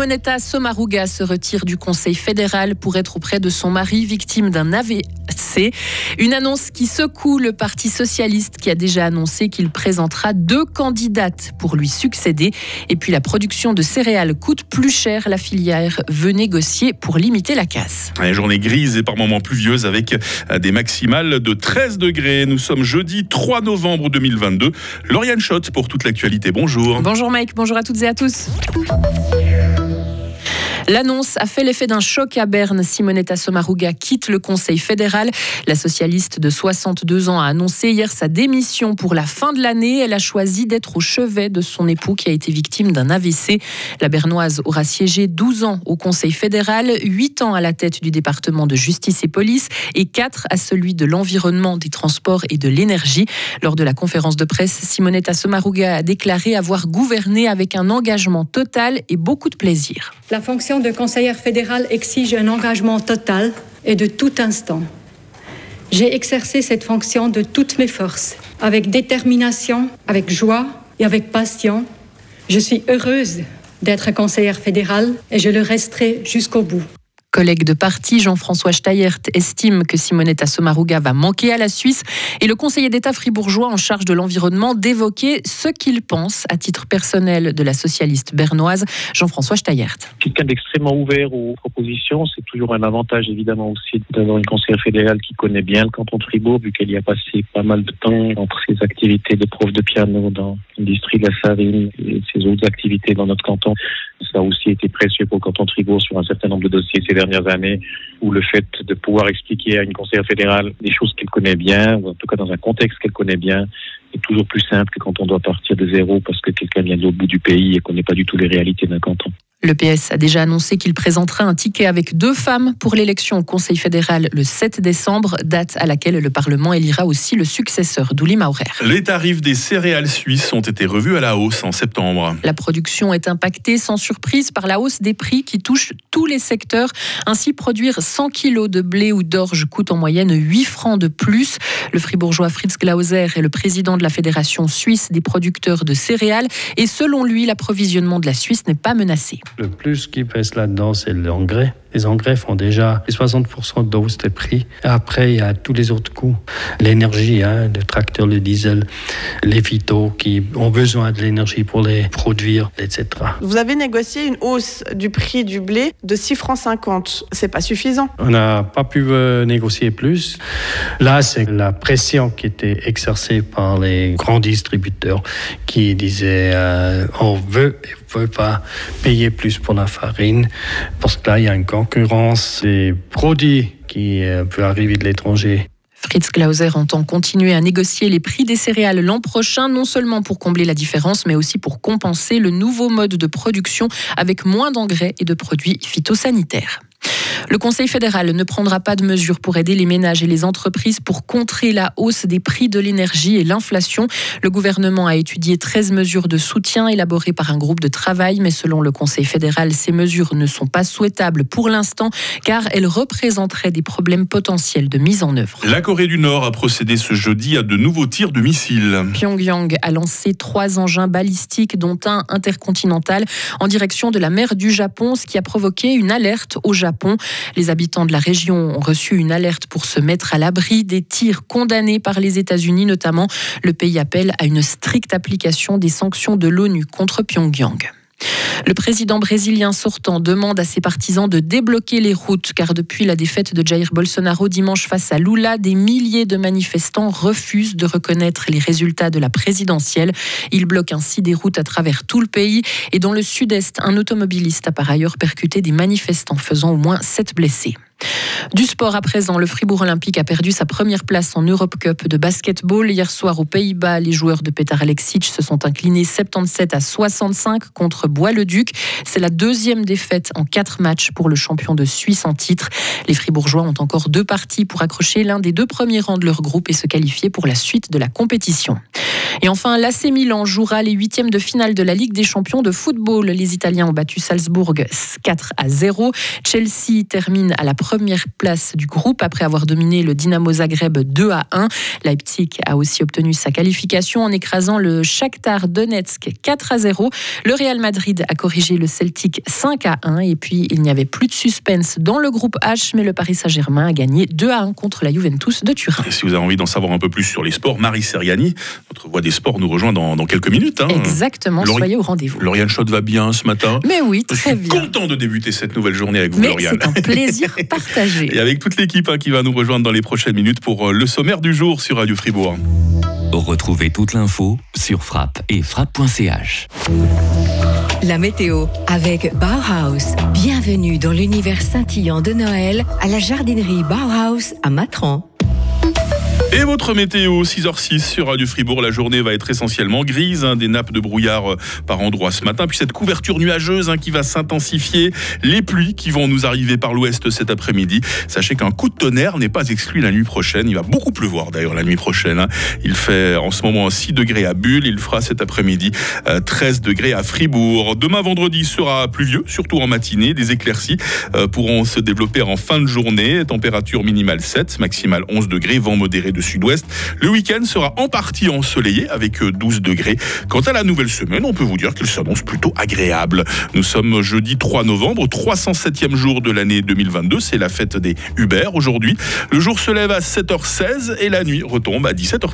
Simonetta Sommaruga se retire du Conseil fédéral pour être auprès de son mari victime d'un AVC. Une annonce qui secoue le Parti socialiste qui a déjà annoncé qu'il présentera 2 candidates pour lui succéder. Et puis la production de céréales coûte plus cher. La filière veut négocier pour limiter la casse. Une journée grise et par moments pluvieuse avec des maximales de 13 degrés. Nous sommes jeudi 3 novembre 2022. Lauriane Schott pour toute l'actualité. Bonjour. Bonjour Mike, bonjour à toutes et à tous. L'annonce a fait l'effet d'un choc à Berne. Simonetta Sommaruga quitte le Conseil fédéral. La socialiste de 62 ans a annoncé hier sa démission pour la fin de l'année. Elle a choisi d'être au chevet de son époux qui a été victime d'un AVC. La Bernoise aura siégé 12 ans au Conseil fédéral, 8 ans à la tête du département de justice et police et 4 à celui de l'environnement, des transports et de l'énergie. Lors de la conférence de presse, Simonetta Sommaruga a déclaré avoir gouverné avec un engagement total et beaucoup de plaisir. La fonction de conseillère fédérale exige un engagement total et de tout instant. J'ai exercé cette fonction de toutes mes forces, avec détermination, avec joie et avec passion. Je suis heureuse d'être conseillère fédérale et je le resterai jusqu'au bout. Collègue de parti, Jean-François Steyert estime que Simonetta Sommaruga va manquer à la Suisse et le conseiller d'État fribourgeois en charge de l'environnement d'évoquer ce qu'il pense à titre personnel de la socialiste bernoise, Jean-François Steyert. Quelqu'un d'extrêmement ouvert aux propositions, c'est toujours un avantage évidemment aussi d'avoir une conseillère fédérale qui connaît bien le canton de Fribourg, vu qu'elle y a passé pas mal de temps entre ses activités de prof de piano dans l'industrie de la farine et ses autres activités dans notre canton. Ça a aussi été précieux pour le canton de Fribourg sur un certain nombre de dossiers ces dernières années, où le fait de pouvoir expliquer à une conseillère fédérale des choses qu'elle connaît bien, ou en tout cas dans un contexte qu'elle connaît bien, est toujours plus simple que quand on doit partir de zéro parce que quelqu'un vient de l'autre bout du pays et qu'on connaît pas du tout les réalités d'un canton. Le PS a déjà annoncé qu'il présentera un ticket avec 2 femmes pour l'élection au Conseil fédéral le 7 décembre, date à laquelle le Parlement élira aussi le successeur d'Uli Maurer. Les tarifs des céréales suisses ont été revus à la hausse en septembre. La production est impactée sans surprise par la hausse des prix qui touche tous les secteurs. Ainsi, produire 100 kg de blé ou d'orge coûte en moyenne 8 francs de plus. Le fribourgeois Fritz Glauser est le président de la Fédération suisse des producteurs de céréales et selon lui, l'approvisionnement de la Suisse n'est pas menacé. Le plus qui pèse là-dedans, c'est l'engrais. Les engrais font déjà 60% de hausse des prix. Après, il y a tous les autres coûts. L'énergie, le tracteur, le diesel, les phytos qui ont besoin de l'énergie pour les produire, etc. Vous avez négocié une hausse du prix du blé de 6,50 francs. C'est pas suffisant. On n'a pas pu négocier plus. Là, c'est la pression qui était exercée par les grands distributeurs qui disaient on veut pas payer plus pour la farine parce que là, il y a une concurrence des produits qui peuvent arriver de l'étranger. Fritz Glauser entend continuer à négocier les prix des céréales l'an prochain, non seulement pour combler la différence, mais aussi pour compenser le nouveau mode de production avec moins d'engrais et de produits phytosanitaires. Le Conseil fédéral ne prendra pas de mesures pour aider les ménages et les entreprises pour contrer la hausse des prix de l'énergie et l'inflation. Le gouvernement a étudié 13 mesures de soutien élaborées par un groupe de travail, mais selon le Conseil fédéral, ces mesures ne sont pas souhaitables pour l'instant car elles représenteraient des problèmes potentiels de mise en œuvre. La Corée du Nord a procédé ce jeudi à de nouveaux tirs de missiles. Pyongyang a lancé 3 engins balistiques, dont un intercontinental, en direction de la mer du Japon, ce qui a provoqué une alerte au Japon. Les habitants de la région ont reçu une alerte pour se mettre à l'abri des tirs condamnés par les États-Unis notamment. Le pays appelle à une stricte application des sanctions de l'ONU contre Pyongyang. Le président brésilien sortant demande à ses partisans de débloquer les routes car depuis la défaite de Jair Bolsonaro dimanche face à Lula, des milliers de manifestants refusent de reconnaître les résultats de la présidentielle. Ils bloquent ainsi des routes à travers tout le pays et dans le sud-est, un automobiliste a par ailleurs percuté des manifestants faisant au moins 7 blessés. Du sport à présent, le Fribourg Olympique a perdu sa première place en Europe Cup de basketball. Hier soir aux Pays-Bas, les joueurs de Petar Aleksic se sont inclinés 77-65 contre Bois-le-Duc. C'est la 2e défaite en 4 matchs pour le champion de Suisse en titre. Les Fribourgeois ont encore 2 parties pour accrocher l'un des 2 premiers rangs de leur groupe et se qualifier pour la suite de la compétition. Et enfin, l'AC Milan jouera les 8e de finale de la Ligue des champions de football. Les Italiens ont battu Salzbourg 4-0. Chelsea termine à la première première place du groupe après avoir dominé le Dynamo Zagreb 2-1. Leipzig a aussi obtenu sa qualification en écrasant le Shakhtar Donetsk 4-0. Le Real Madrid a corrigé le Celtic 5-1 et puis il n'y avait plus de suspense dans le groupe H, mais le Paris Saint-Germain a gagné 2-1 contre la Juventus de Turin. Et si vous avez envie d'en savoir un peu plus sur les sports, Marie Seriani, notre voix des sports, nous rejoint dans quelques minutes. Exactement, soyez au rendez-vous. Lauriane Schott va bien ce matin. Mais oui, très bien. Je suis content de débuter cette nouvelle journée avec vous, Lauriane. C'est un plaisir partagé. Et avec toute l'équipe qui va nous rejoindre dans les prochaines minutes pour le sommaire du jour sur Radio Fribourg. Retrouvez toute l'info sur Frappe et frappe.ch. La météo avec Bauhaus. Bienvenue dans l'univers scintillant de Noël à la jardinerie Bauhaus à Matran. Et votre météo, 6h06 sur Radio Fribourg. La journée va être essentiellement grise, des nappes de brouillard par endroits ce matin. Puis cette couverture nuageuse qui va s'intensifier. Les pluies qui vont nous arriver par l'ouest cet après-midi. Sachez qu'un coup de tonnerre n'est pas exclu la nuit prochaine. Il va beaucoup pleuvoir d'ailleurs la nuit prochaine. Il fait en ce moment 6 degrés à Bulle. Il fera cet après-midi 13 degrés à Fribourg. Demain vendredi sera pluvieux, surtout en matinée. Des éclaircies pourront se développer en fin de journée. Température minimale 7, maximale 11 degrés. Vent modéré de sud-ouest. Le week-end sera en partie ensoleillé avec 12 degrés. Quant à la nouvelle semaine, on peut vous dire qu'elle s'annonce plutôt agréable. Nous sommes jeudi 3 novembre, 307e jour de l'année 2022. C'est la fête des Hubert aujourd'hui. Le jour se lève à 7h16 et la nuit retombe à 17h30.